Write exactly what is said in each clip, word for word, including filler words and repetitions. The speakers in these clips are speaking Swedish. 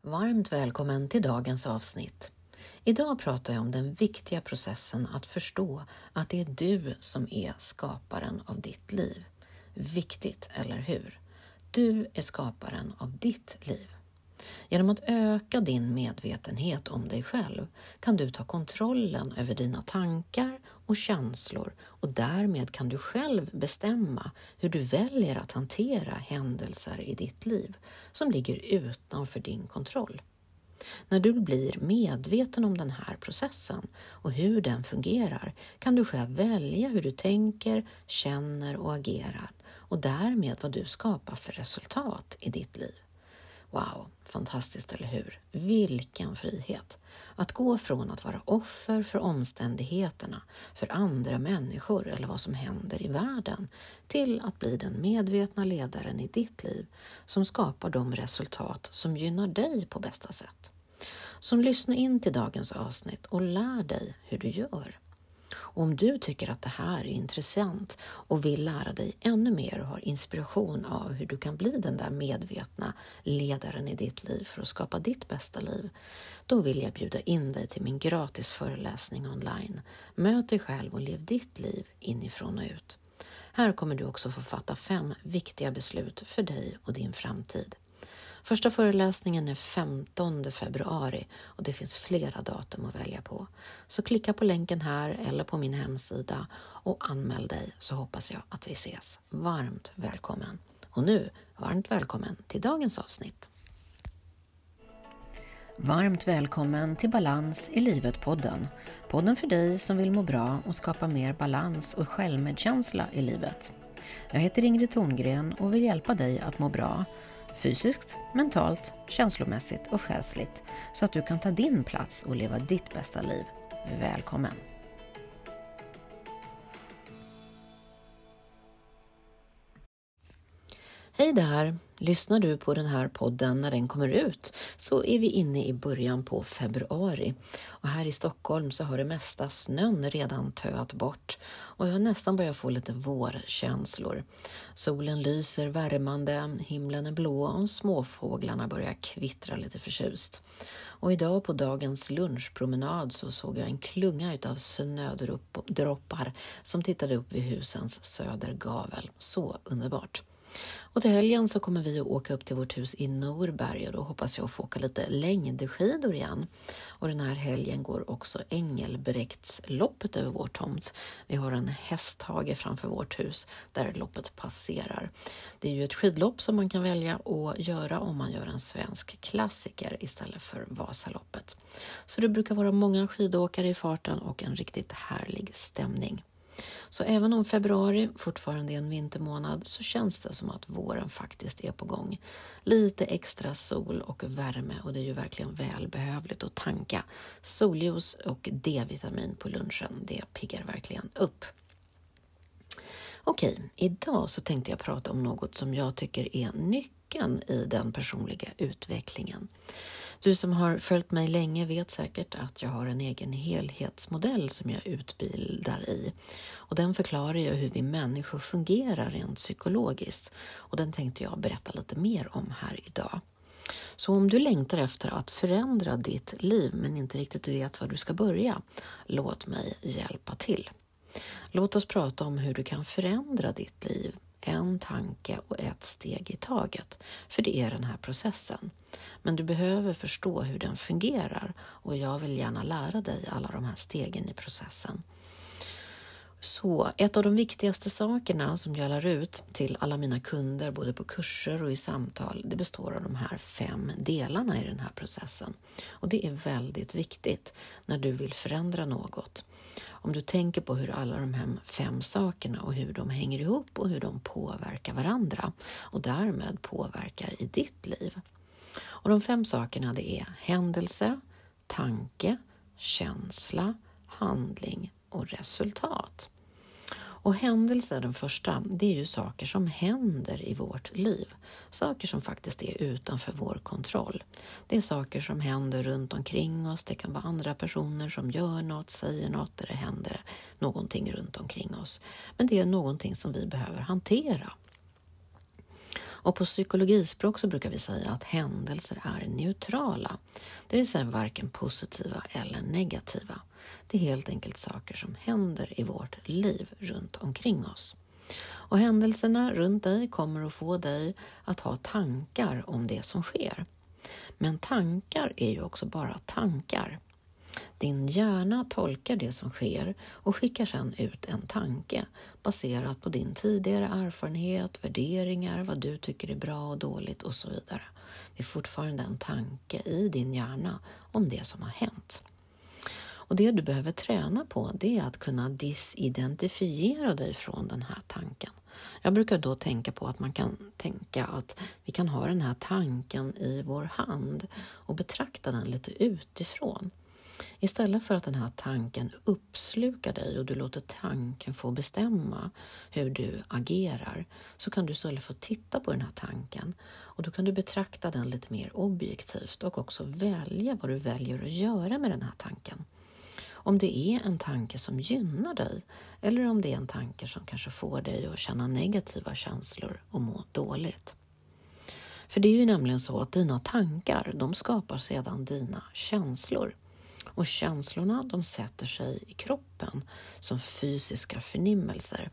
Varmt välkommen till dagens avsnitt. Idag pratar jag om den viktiga processen att förstå att det är du som är skaparen av ditt liv. Viktigt, eller hur? Du är skaparen av ditt liv. Genom att öka din medvetenhet om dig själv kan du ta kontrollen över dina tankar och känslor och därmed kan du själv bestämma hur du väljer att hantera händelser i ditt liv som ligger utanför din kontroll. När du blir medveten om den här processen och hur den fungerar kan du själv välja hur du tänker, känner och agerar och därmed vad du skapar för resultat i ditt liv. Wow, fantastiskt, eller hur? Vilken frihet! Att gå från att vara offer för omständigheterna, för andra människor eller vad som händer i världen, till att bli den medvetna ledaren i ditt liv som skapar de resultat som gynnar dig på bästa sätt. Så lyssna in till dagens avsnitt och lär dig hur du gör. Och om du tycker att det här är intressant och vill lära dig ännu mer och har inspiration av hur du kan bli den där medvetna ledaren i ditt liv för att skapa ditt bästa liv, då vill jag bjuda in dig till min gratis föreläsning online. Möt dig själv och lev ditt liv inifrån och ut. Här kommer du också få fatta fem viktiga beslut för dig och din framtid. Första föreläsningen är femtonde februari och det finns flera datum att välja på. Så klicka på länken här eller på min hemsida och anmäl dig, så hoppas jag att vi ses. Varmt välkommen. Och nu, varmt välkommen till dagens avsnitt. Varmt välkommen till Balans i livet-podden. Podden för dig som vill må bra och skapa mer balans och självmedkänsla i livet. Jag heter Ingrid Thorngren och vill hjälpa dig att må bra fysiskt, mentalt, känslomässigt och själsligt så att du kan ta din plats och leva ditt bästa liv. Välkommen! Hej där! Lyssnar du på den här podden när den kommer ut så är vi inne i början på februari. Och här i Stockholm så har det mesta snön redan töat bort och jag har nästan börjat få lite vårkänslor. Solen lyser värmande, himlen är blå och småfåglarna börjar kvittra lite förtjust. Och idag på dagens lunchpromenad så såg jag en klunga utav snödroppar som tittade upp vid husens södergavel. Så underbart! Och till helgen så kommer vi att åka upp till vårt hus i Norberg och då hoppas jag få åka lite längdskidor igen. Och den här helgen går också Engelbrektsloppet över vår tomt. Vi har en hästhage framför vårt hus där loppet passerar. Det är ju ett skidlopp som man kan välja att göra om man gör en svensk klassiker istället för Vasaloppet. Så det brukar vara många skidåkare i farten och en riktigt härlig stämning. Så även om februari fortfarande är en vintermånad så känns det som att våren faktiskt är på gång. Lite extra sol och värme och det är ju verkligen välbehövligt att tanka solljus och D-vitamin på lunchen. Det piggar verkligen upp. Okej, idag så tänkte jag prata om något som jag tycker är nyckeln i den personliga utvecklingen. Du som har följt mig länge vet säkert att jag har en egen helhetsmodell som jag utbildar i. Och den förklarar ju hur vi människor fungerar rent psykologiskt. Och den tänkte jag berätta lite mer om här idag. Så om du längtar efter att förändra ditt liv men inte riktigt vet var du ska börja, låt mig hjälpa till. Låt oss prata om hur du kan förändra ditt liv. En tanke och ett steg i taget. För det är den här processen. Men du behöver förstå hur den fungerar. Och jag vill gärna lära dig alla de här stegen i processen. Så ett av de viktigaste sakerna som jag lär ut till alla mina kunder både på kurser och i samtal, det består av de här fem delarna i den här processen. Och det är väldigt viktigt när du vill förändra något. Om du tänker på hur alla de här fem sakerna och hur de hänger ihop och hur de påverkar varandra och därmed påverkar i ditt liv. Och de fem sakerna det är händelse, tanke, känsla, handling och resultat. Och händelser, den första, det är ju saker som händer i vårt liv. Saker som faktiskt är utanför vår kontroll. Det är saker som händer runt omkring oss. Det kan vara andra personer som gör något, säger något, eller det händer någonting runt omkring oss. Men det är någonting som vi behöver hantera. Och på psykologispråk så brukar vi säga att händelser är neutrala, det vill säga varken positiva eller negativa. Det är helt enkelt saker som händer i vårt liv runt omkring oss. Och händelserna runt dig kommer att få dig att ha tankar om det som sker. Men tankar är ju också bara tankar. Din hjärna tolkar det som sker och skickar sedan ut en tanke baserat på din tidigare erfarenhet, värderingar, vad du tycker är bra och dåligt och så vidare. Det är fortfarande en tanke i din hjärna om det som har hänt. Och det du behöver träna på, det är att kunna disidentifiera dig från den här tanken. Jag brukar då tänka på att man kan tänka att vi kan ha den här tanken i vår hand och betrakta den lite utifrån. Istället för att den här tanken uppslukar dig och du låter tanken få bestämma hur du agerar, så kan du istället få titta på den här tanken och då kan du betrakta den lite mer objektivt och också välja vad du väljer att göra med den här tanken. Om det är en tanke som gynnar dig eller om det är en tanke som kanske får dig att känna negativa känslor och må dåligt. För det är ju nämligen så att dina tankar, de skapar sedan dina känslor. Och känslorna, de sätter sig i kroppen som fysiska förnimmelser.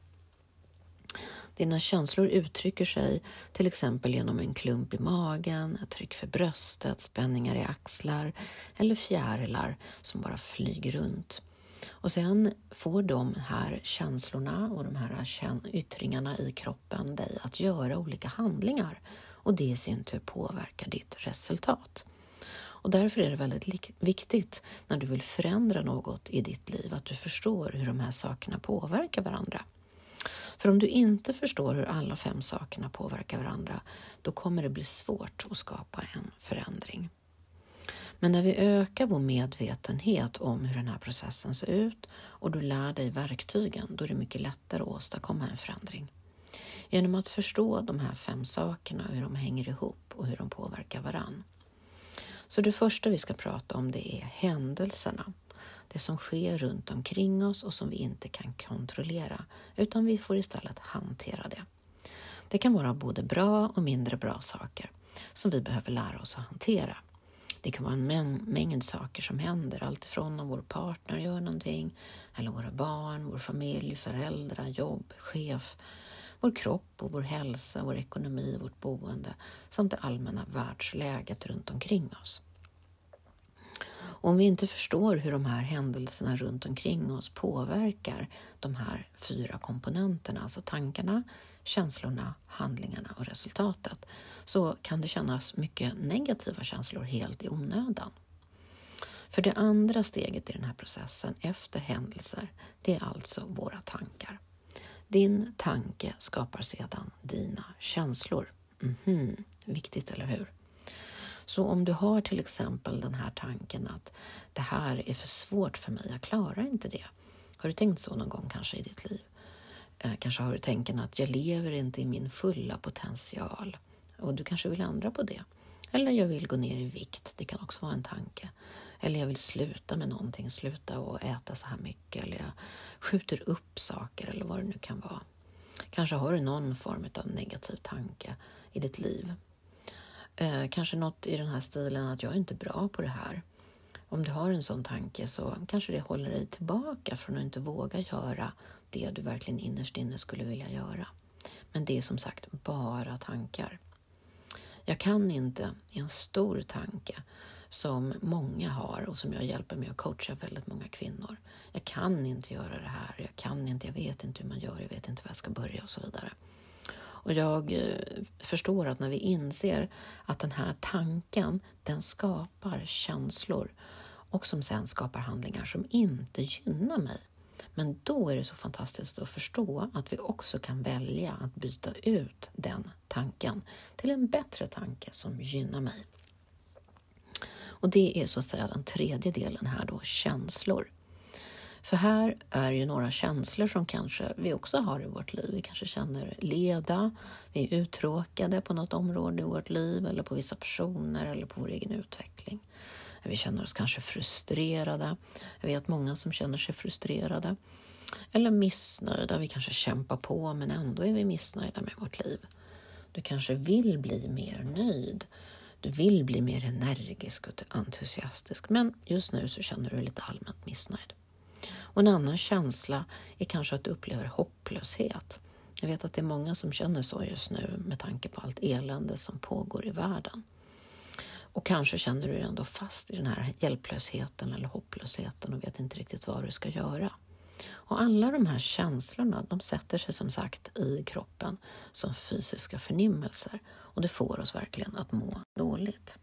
Dina känslor uttrycker sig till exempel genom en klump i magen, ett tryck för bröstet, spänningar i axlar eller fjärilar som bara flyger runt. Och sen får de här känslorna och de här yttringarna i kroppen dig att göra olika handlingar och det i sin tur påverkar ditt resultat. Och därför är det väldigt viktigt när du vill förändra något i ditt liv att du förstår hur de här sakerna påverkar varandra. För om du inte förstår hur alla fem sakerna påverkar varandra, då kommer det bli svårt att skapa en förändring. Men när vi ökar vår medvetenhet om hur den här processen ser ut och du lär dig verktygen, då är det mycket lättare att åstadkomma en förändring. Genom att förstå de här fem sakerna, hur de hänger ihop och hur de påverkar varann. Så det första vi ska prata om, det är händelserna. Det som sker runt omkring oss och som vi inte kan kontrollera, utan vi får istället hantera det. Det kan vara både bra och mindre bra saker som vi behöver lära oss att hantera. Det kan vara en mängd saker som händer, allt ifrån om vår partner gör någonting, eller våra barn, vår familj, föräldrar, jobb, chef, vår kropp och vår hälsa, vår ekonomi, vårt boende samt det allmänna världsläget runt omkring oss. Om vi inte förstår hur de här händelserna runt omkring oss påverkar de här fyra komponenterna, alltså tankarna, känslorna, handlingarna och resultatet, så kan det kännas mycket negativa känslor helt i onödan. För det andra steget i den här processen efter händelser, det är alltså våra tankar. Din tanke skapar sedan dina känslor. Mm-hmm. Viktigt, eller hur? Så om du har till exempel den här tanken att det här är för svårt för mig, jag klarar inte det. Har du tänkt så någon gång kanske i ditt liv? Eh, kanske har du tänken att jag lever inte i min fulla potential och du kanske vill ändra på det. Eller jag vill gå ner i vikt, det kan också vara en tanke. Eller jag vill sluta med någonting, sluta och äta så här mycket. Eller jag skjuter upp saker eller vad det nu kan vara. Kanske har du någon form av negativ tanke i ditt liv. Eh, kanske något i den här stilen att jag är inte bra på det här. Om du har en sån tanke så kanske det håller dig tillbaka från att inte våga göra det du verkligen innerst inne skulle vilja göra. Men det är som sagt bara tankar. Jag kan inte, i en stor tanke som många har och som jag hjälper med att coacha väldigt många kvinnor. Jag kan inte göra det här, jag kan inte, jag vet inte hur man gör, jag vet inte var jag ska börja och så vidare. Och jag eh, förstår att när vi inser att den här tanken, den skapar känslor och som sen skapar handlingar som inte gynnar mig. Men då är det så fantastiskt att förstå att vi också kan välja att byta ut den tanken till en bättre tanke som gynnar mig. Och det är så att säga den tredje delen här då, känslor. För här är ju några känslor som kanske vi också har i vårt liv. Vi kanske känner leda, vi är uttråkade på något område i vårt liv eller på vissa personer eller på vår egen utveckling. Vi känner oss kanske frustrerade. Jag vet många som känner sig frustrerade. Eller missnöjda. Vi kanske kämpar på men ändå är vi missnöjda med vårt liv. Du kanske vill bli mer nöjd. Du vill bli mer energisk och entusiastisk, men just nu så känner du dig lite allmänt missnöjd. Och en annan känsla är kanske att du upplever hopplöshet. Jag vet att det är många som känner så just nu med tanke på allt elände som pågår i världen. Och kanske känner du dig ändå fast i den här hjälplösheten eller hopplösheten och vet inte riktigt vad du ska göra. Och alla de här känslorna, de sätter sig som sagt i kroppen som fysiska förnimmelser och det får oss verkligen att må dåligt.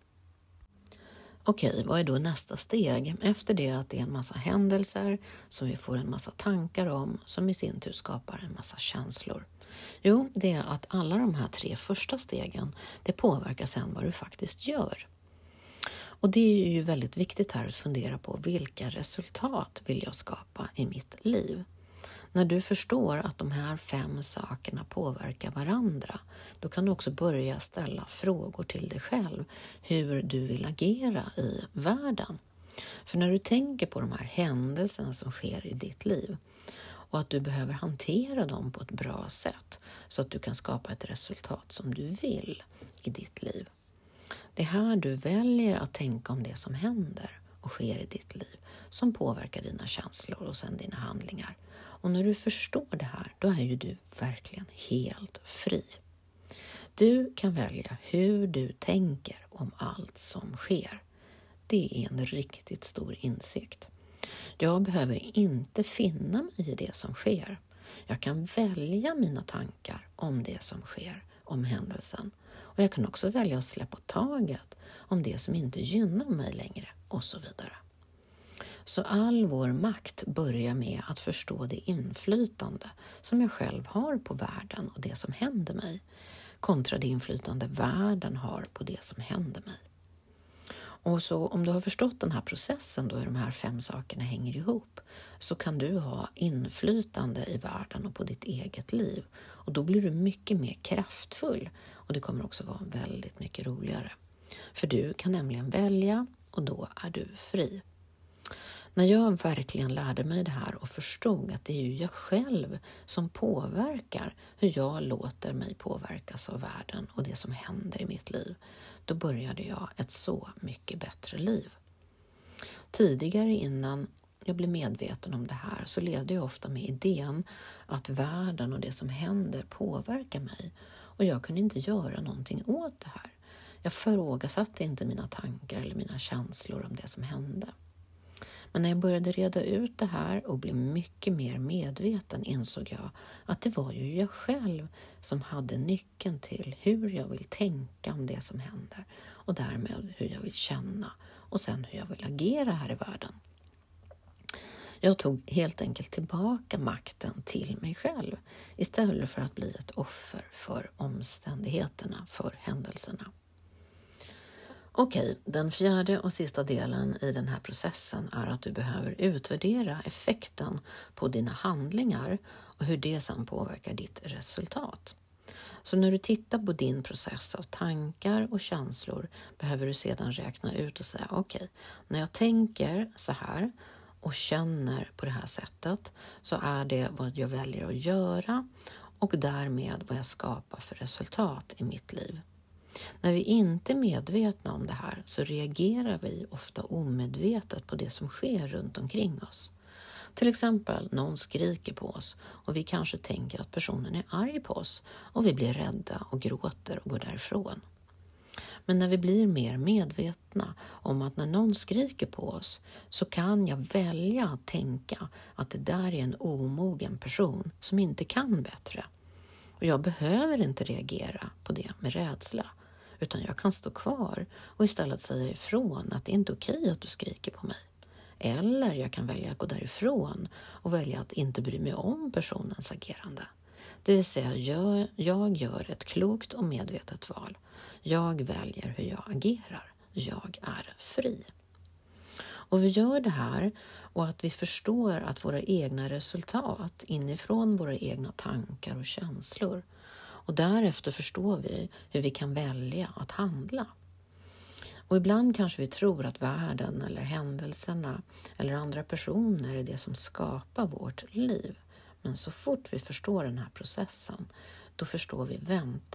Okej, vad är då nästa steg? Efter det att det är en massa händelser som vi får en massa tankar om som i sin tur skapar en massa känslor. Jo, det är att alla de här tre första stegen, det påverkar sen vad du faktiskt gör. Och det är ju väldigt viktigt här att fundera på vilka resultat vill jag skapa i mitt liv. När du förstår att de här fem sakerna påverkar varandra, då kan du också börja ställa frågor till dig själv hur du vill agera i världen. För när du tänker på de här händelserna som sker i ditt liv och att du behöver hantera dem på ett bra sätt så att du kan skapa ett resultat som du vill i ditt liv. Det är här du väljer att tänka om det som händer och sker i ditt liv som påverkar dina känslor och sen dina handlingar. Och när du förstår det här, då är ju du verkligen helt fri. Du kan välja hur du tänker om allt som sker. Det är en riktigt stor insikt. Jag behöver inte finna mig i det som sker. Jag kan välja mina tankar om det som sker, om händelsen. Och jag kan också välja att släppa taget om det som inte gynnar mig längre och så vidare. Så all vår makt börjar med att förstå det inflytande som jag själv har på världen och det som händer mig kontra det inflytande världen har på det som händer mig. Och så om du har förstått den här processen då hur de här fem sakerna hänger ihop så kan du ha inflytande i världen och på ditt eget liv. Och då blir du mycket mer kraftfull och det kommer också vara väldigt mycket roligare. För du kan nämligen välja och då är du fri. När jag verkligen lärde mig det här och förstod att det är ju jag själv som påverkar hur jag låter mig påverkas av världen och det som händer i mitt liv, då började jag ett så mycket bättre liv. Tidigare innan jag blev medveten om det här så levde jag ofta med idén att världen och det som händer påverkar mig och jag kunde inte göra någonting åt det här. Jag frågasatte inte mina tankar eller mina känslor om det som hände. Men när jag började reda ut det här och bli mycket mer medveten insåg jag att det var ju jag själv som hade nyckeln till hur jag vill tänka om det som händer och därmed hur jag vill känna och sen hur jag vill agera här i världen. Jag tog helt enkelt tillbaka makten till mig själv istället för att bli ett offer för omständigheterna, för händelserna. Okej, den fjärde och sista delen i den här processen är att du behöver utvärdera effekten på dina handlingar och hur det sedan påverkar ditt resultat. Så när du tittar på din process av tankar och känslor behöver du sedan räkna ut och säga okej, när jag tänker så här och känner på det här sättet så är det vad jag väljer att göra och därmed vad jag skapar för resultat i mitt liv. När vi inte är medvetna om det här så reagerar vi ofta omedvetet på det som sker runt omkring oss. Till exempel någon skriker på oss och vi kanske tänker att personen är arg på oss och vi blir rädda och gråter och går därifrån. Men när vi blir mer medvetna om att när någon skriker på oss så kan jag välja att tänka att det där är en omogen person som inte kan bättre. Och jag behöver inte reagera på det med rädsla. Utan jag kan stå kvar och istället säga ifrån att det är inte okej att du skriker på mig. Eller jag kan välja att gå därifrån och välja att inte bry mig om personens agerande. Det vill säga jag, jag gör ett klokt och medvetet val. Jag väljer hur jag agerar. Jag är fri. Och vi gör det här och att vi förstår att våra egna resultat inifrån våra egna tankar och känslor. Och därefter förstår vi hur vi kan välja att handla. Och ibland kanske vi tror att världen eller händelserna eller andra personer är det som skapar vårt liv. Men så fort vi förstår den här processen, då förstår vi, vänta,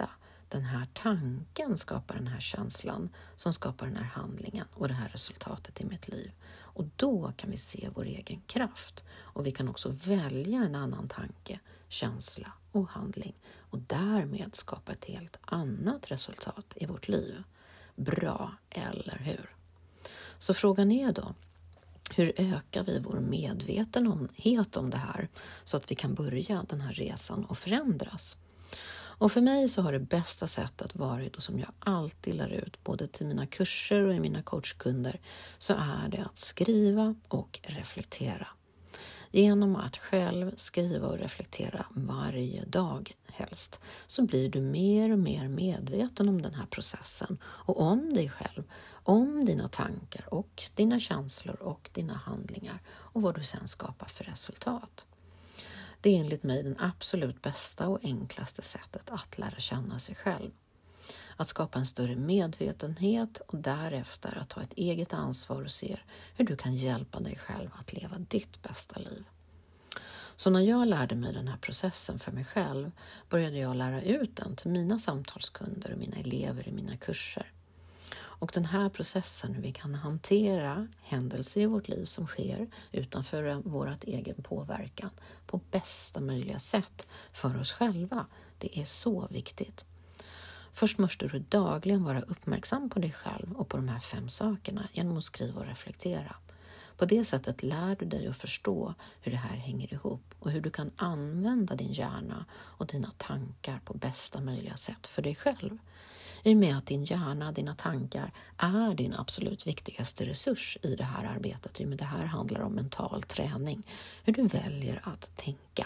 den här tanken skapar den här känslan som skapar den här handlingen och det här resultatet i mitt liv. Och då kan vi se vår egen kraft och vi kan också välja en annan tanke, känsla och handling och därmed skapa ett helt annat resultat i vårt liv. Bra, eller hur? Så frågan är då, hur ökar vi vår medvetenhet om det här så att vi kan börja den här resan och förändras? Och för mig så har det bästa sättet varit, och som jag alltid lär ut både till mina kurser och i mina coachkunder, så är det att skriva och reflektera. Genom att själv skriva och reflektera varje dag helst så blir du mer och mer medveten om den här processen och om dig själv, om dina tankar och dina känslor och dina handlingar och vad du sedan skapar för resultat. Det är enligt mig den absolut bästa och enklaste sättet att lära känna sig själv. Att skapa en större medvetenhet och därefter att ta ett eget ansvar och se hur du kan hjälpa dig själv att leva ditt bästa liv. Så när jag lärde mig den här processen för mig själv började jag lära ut den till mina samtalskunder och mina elever i mina kurser. Och den här processen, hur vi kan hantera händelser i vårt liv som sker utanför vår egen påverkan på bästa möjliga sätt för oss själva, det är så viktigt. Först måste du dagligen vara uppmärksam på dig själv och på de här fem sakerna genom att skriva och reflektera. På det sättet lär du dig att förstå hur det här hänger ihop och hur du kan använda din hjärna och dina tankar på bästa möjliga sätt för dig själv. I och med att din hjärna, dina tankar är din absolut viktigaste resurs i det här arbetet. I och med det här handlar om mental träning, hur du väljer att tänka.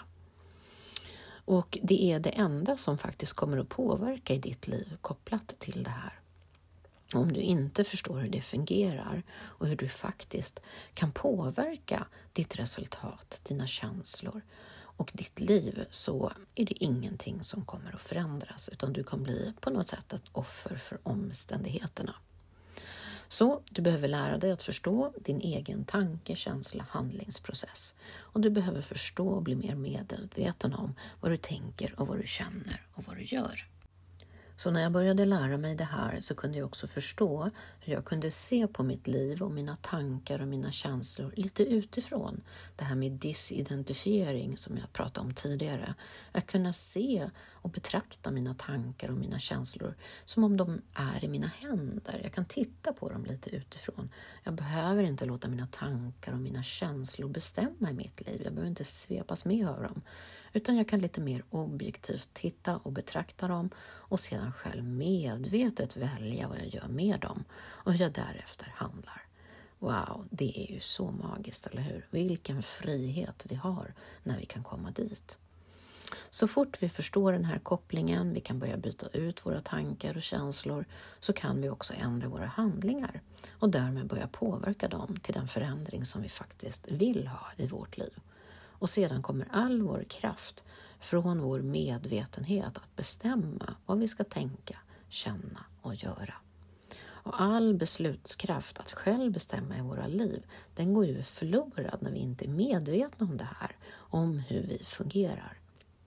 Och det är det enda som faktiskt kommer att påverka i ditt liv kopplat till det här. Om du inte förstår hur det fungerar och hur du faktiskt kan påverka ditt resultat, dina känslor och ditt liv, så är det ingenting som kommer att förändras, utan du kan bli på något sätt ett offer för omständigheterna. Så du behöver lära dig att förstå din egen tanke, känsla, handlingsprocess. Och du behöver förstå och bli mer medveten om vad du tänker och vad du känner och vad du gör. Så när jag började lära mig det här så kunde jag också förstå hur jag kunde se på mitt liv och mina tankar och mina känslor lite utifrån. Det här med disidentifiering som jag pratade om tidigare. Att kunna se och betrakta mina tankar och mina känslor som om de är i mina händer. Jag kan titta på dem lite utifrån. Jag behöver inte låta mina tankar och mina känslor bestämma i mitt liv. Jag behöver inte svepas med av dem. Utan jag kan lite mer objektivt titta och betrakta dem och sedan själv medvetet välja vad jag gör med dem och hur jag därefter handlar. Wow, det är ju så magiskt, eller hur? Vilken frihet vi har när vi kan komma dit. Så fort vi förstår den här kopplingen, vi kan börja byta ut våra tankar och känslor, så kan vi också ändra våra handlingar och därmed börja påverka dem till den förändring som vi faktiskt vill ha i vårt liv. Och sedan kommer all vår kraft från vår medvetenhet att bestämma vad vi ska tänka, känna och göra. Och all beslutskraft att själv bestämma i våra liv, den går ju förlorad när vi inte är medvetna om det här, om hur vi fungerar.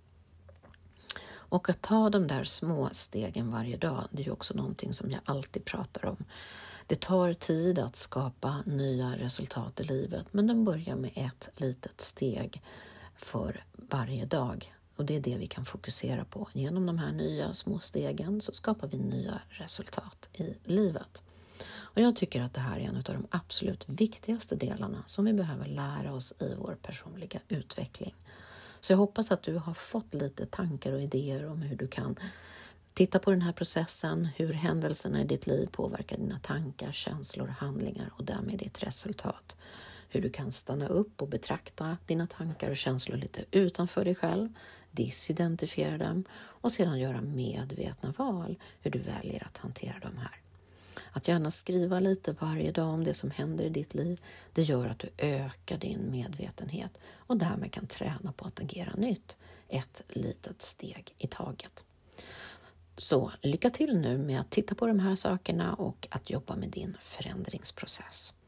Och att ta de där små stegen varje dag, det är ju också någonting som jag alltid pratar om. Det tar tid att skapa nya resultat i livet, men den börjar med ett litet steg för varje dag. Och det är det vi kan fokusera på. Genom de här nya små stegen så skapar vi nya resultat i livet. Och jag tycker att det här är en av de absolut viktigaste delarna som vi behöver lära oss i vår personliga utveckling. Så jag hoppas att du har fått lite tankar och idéer om hur du kan titta på den här processen, hur händelserna i ditt liv påverkar dina tankar, känslor, handlingar och därmed ditt resultat. Hur du kan stanna upp och betrakta dina tankar och känslor lite utanför dig själv, disidentifiera dem och sedan göra medvetna val hur du väljer att hantera dem här. Att gärna skriva lite varje dag om det som händer i ditt liv, det gör att du ökar din medvetenhet och därmed kan träna på att agera nytt, ett litet steg i taget. Så lycka till nu med att titta på de här sakerna och att jobba med din förändringsprocess.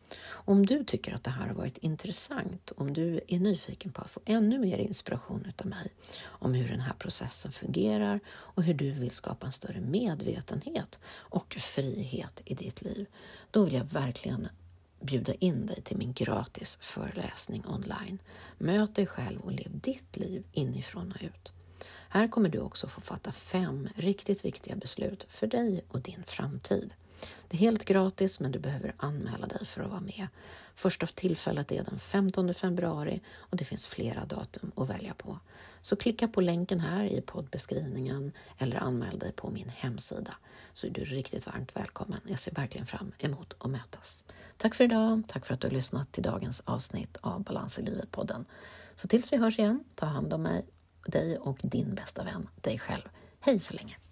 Om du tycker att det här har varit intressant, om du är nyfiken på att få ännu mer inspiration av mig om hur den här processen fungerar och hur du vill skapa en större medvetenhet och frihet i ditt liv, då vill jag verkligen bjuda in dig till min gratis föreläsning online. Möt dig själv och lev ditt liv inifrån och ut. Här kommer du också få fatta fem riktigt viktiga beslut för dig och din framtid. Det är helt gratis, men du behöver anmäla dig för att vara med. Första tillfället är den femtonde februari och det finns flera datum att välja på. Så klicka på länken här i poddbeskrivningen eller anmäl dig på min hemsida, så är du riktigt varmt välkommen. Jag ser verkligen fram emot att mötas. Tack för idag, tack för att du har lyssnat till dagens avsnitt av Balans i livet-podden. Så tills vi hörs igen, ta hand om mig, dig och din bästa vän, dig själv. Hej så länge!